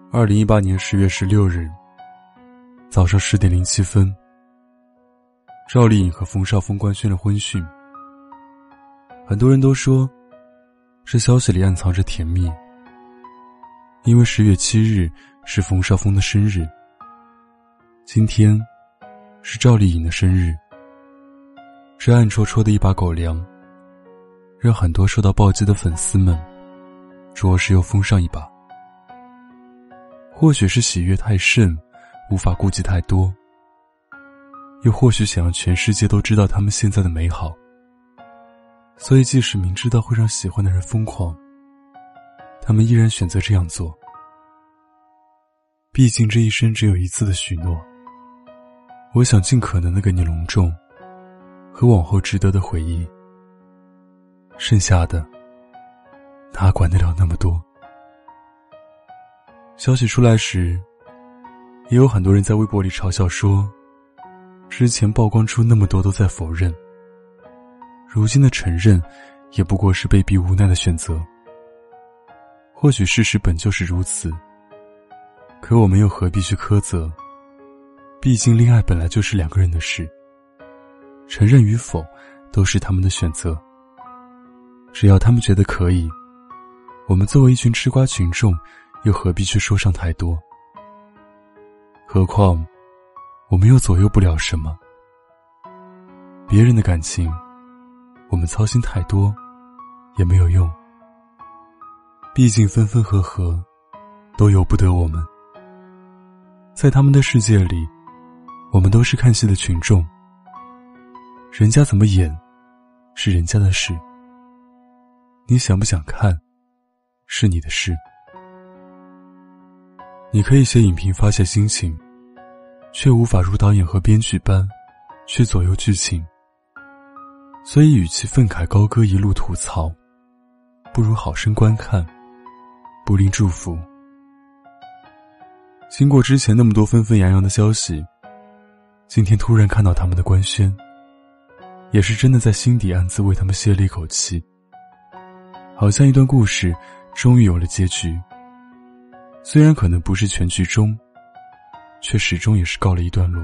2018年10月16日早上10点07分，赵丽颖和冯绍峰官宣了婚讯。很多人都说这消息里暗藏着甜蜜，因为10月7日是冯绍峰的生日，今天是赵丽颖的生日。这暗戳戳的一把狗粮，让很多受到暴击的粉丝们着实又疯上一把。或许是喜悦太甚，无法顾及太多，又或许想让全世界都知道他们现在的美好，所以即使明知道会让喜欢的人疯狂，他们依然选择这样做。毕竟这一生只有一次的许诺，我想尽可能的给你隆重和往后值得的回忆，剩下的哪管得了那么多。消息出来时，也有很多人在微博里嘲笑说，之前曝光出那么多都在否认，如今的承认也不过是被逼无奈的选择。或许事实本就是如此，可我们又何必去苛责？毕竟恋爱本来就是两个人的事，承认与否都是他们的选择。只要他们觉得可以，我们作为一群吃瓜群众又何必去说上太多？何况我们又左右不了什么。别人的感情我们操心太多也没有用，毕竟分分合合都由不得我们。在他们的世界里，我们都是看戏的群众，人家怎么演是人家的事，你想不想看是你的事。你可以写影评发泄心情，却无法如导演和编剧般去左右剧情。所以与其愤慨高歌一路吐槽，不如好生观看，不吝祝福。经过之前那么多纷纷扬扬的消息，今天突然看到他们的官宣，也是真的在心底暗自为他们歇了一口气。好像一段故事终于有了结局，虽然可能不是全剧终，却始终也是告了一段落。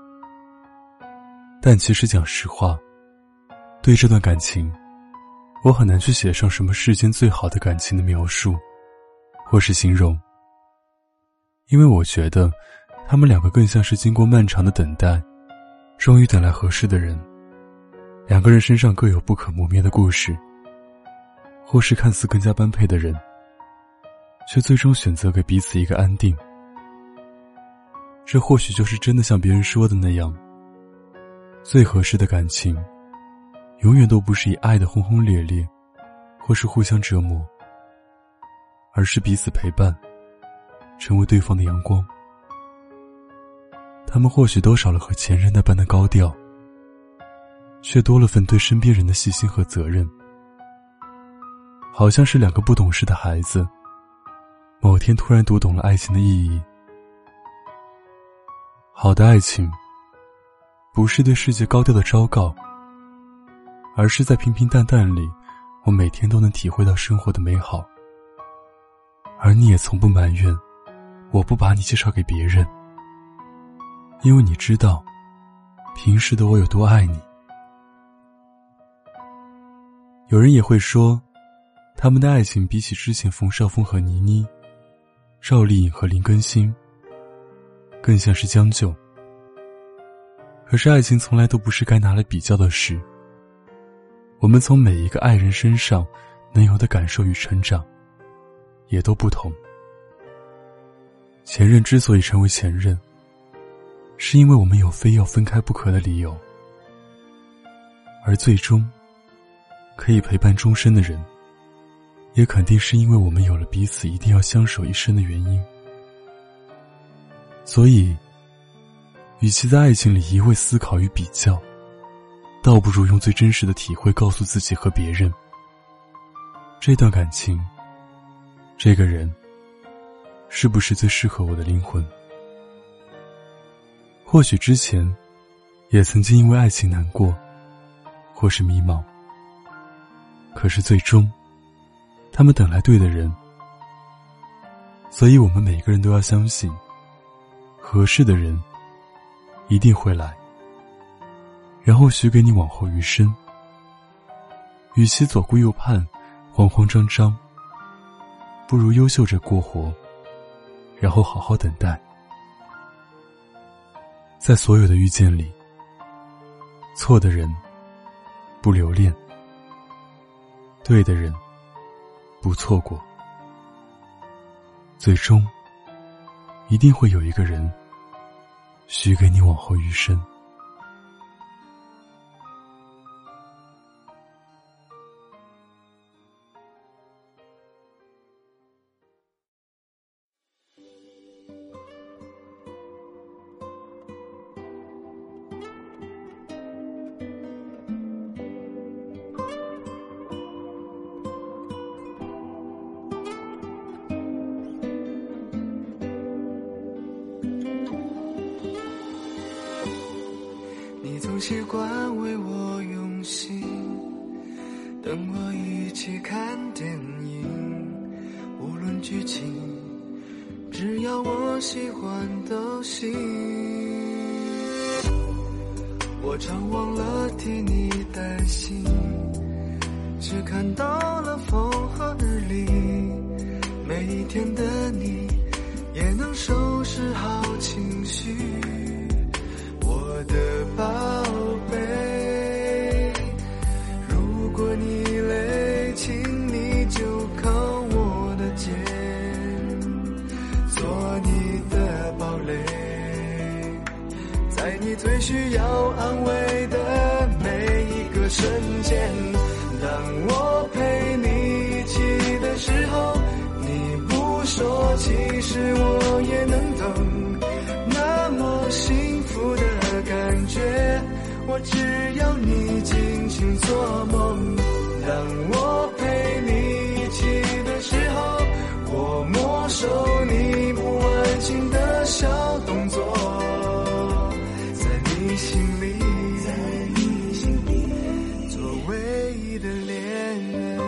但其实讲实话，对这段感情，我很难去写上什么世间最好的感情的描述或是形容，因为我觉得他们两个更像是经过漫长的等待，终于等来合适的人。两个人身上各有不可磨灭的故事，或是看似更加般配的人，却最终选择给彼此一个安定。这或许就是真的像别人说的那样，最合适的感情永远都不是以爱的轰轰烈烈或是互相折磨，而是彼此陪伴，成为对方的阳光。他们或许都少了和前任那般的高调，却多了份对身边人的细心和责任。好像是两个不懂事的孩子，某天突然读懂了爱情的意义。好的爱情不是对世界高调的昭告，而是在平平淡淡里，我每天都能体会到生活的美好。而你也从不埋怨我不把你介绍给别人，因为你知道平时的我有多爱你。有人也会说，他们的爱情比起之前冯绍峰和倪妮，赵丽颖和林更新，更像是将就。可是爱情从来都不是该拿来比较的事，我们从每一个爱人身上能有的感受与成长也都不同。前任之所以成为前任，是因为我们有非要分开不可的理由，而最终可以陪伴终身的人，也肯定是因为我们有了彼此一定要相守一生的原因。所以与其在爱情里一味思考与比较，倒不如用最真实的体会告诉自己和别人，这段感情，这个人是不是最适合我的灵魂。或许之前也曾经因为爱情难过或是迷茫，可是最终他们等来对的人， 所以我们每个人都要相信，合适的人一定会来，然后许给你往后余生。与其左顾右盼，慌慌张张，不如优秀着过活，然后好好等待。在所有的遇见里，错的人不留恋，对的人不错过，最终一定会有一个人许给你往后余生。 你总习惯为我用心，等我一起看电影，无论剧情，只要我喜欢都行。我常忘了替你担心，只看到了风和日丽，每一天的你也能收拾好情绪。我的宝贝，如果你累，请你就靠我的肩，做你的堡垒，在你最需要安慰的每一个瞬间。当我陪你一起的时候，你不说，其实我也能懂，那么幸福的感觉，我只要你尽情做梦。当我陪你一起的时候，我默守你不安心的小动作，在你心里做唯一的恋人。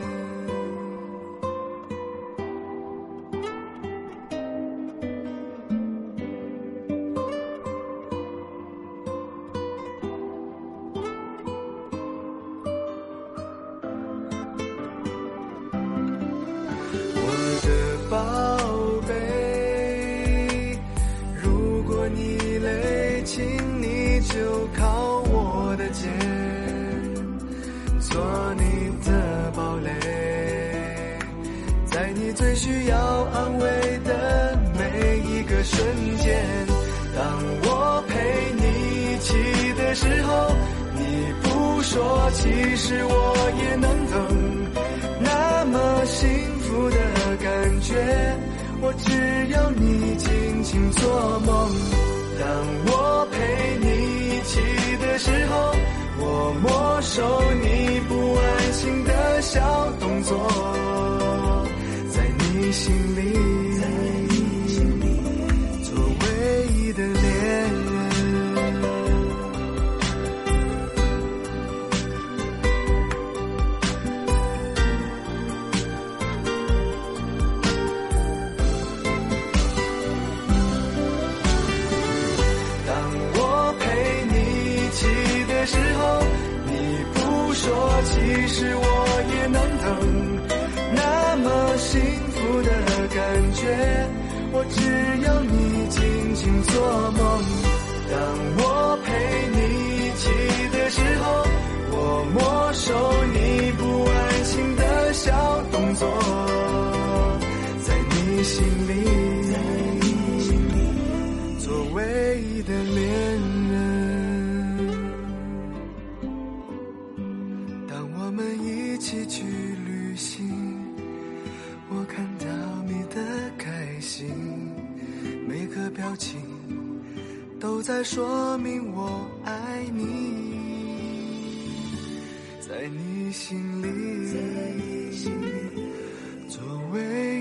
宝贝，如果你累，请你就靠我的肩，做你的堡垒，在你最需要安慰的每一个瞬间。当我陪你一起的时候，你不说，其实我也能懂，那么幸福的感觉，我只要你尽情做梦。当我陪你一起的时候，我默守你不安心的小动作，在你心里做唯一的恋人。其实我也能懂，那么幸福的感觉，我只要你尽情做梦。当我陪你一起的时候，我默守你不安心的小动作，在你心里做唯一的恋人。我们一起去旅行，我看到你的开心，每个表情都在说明我爱你，在你心里作为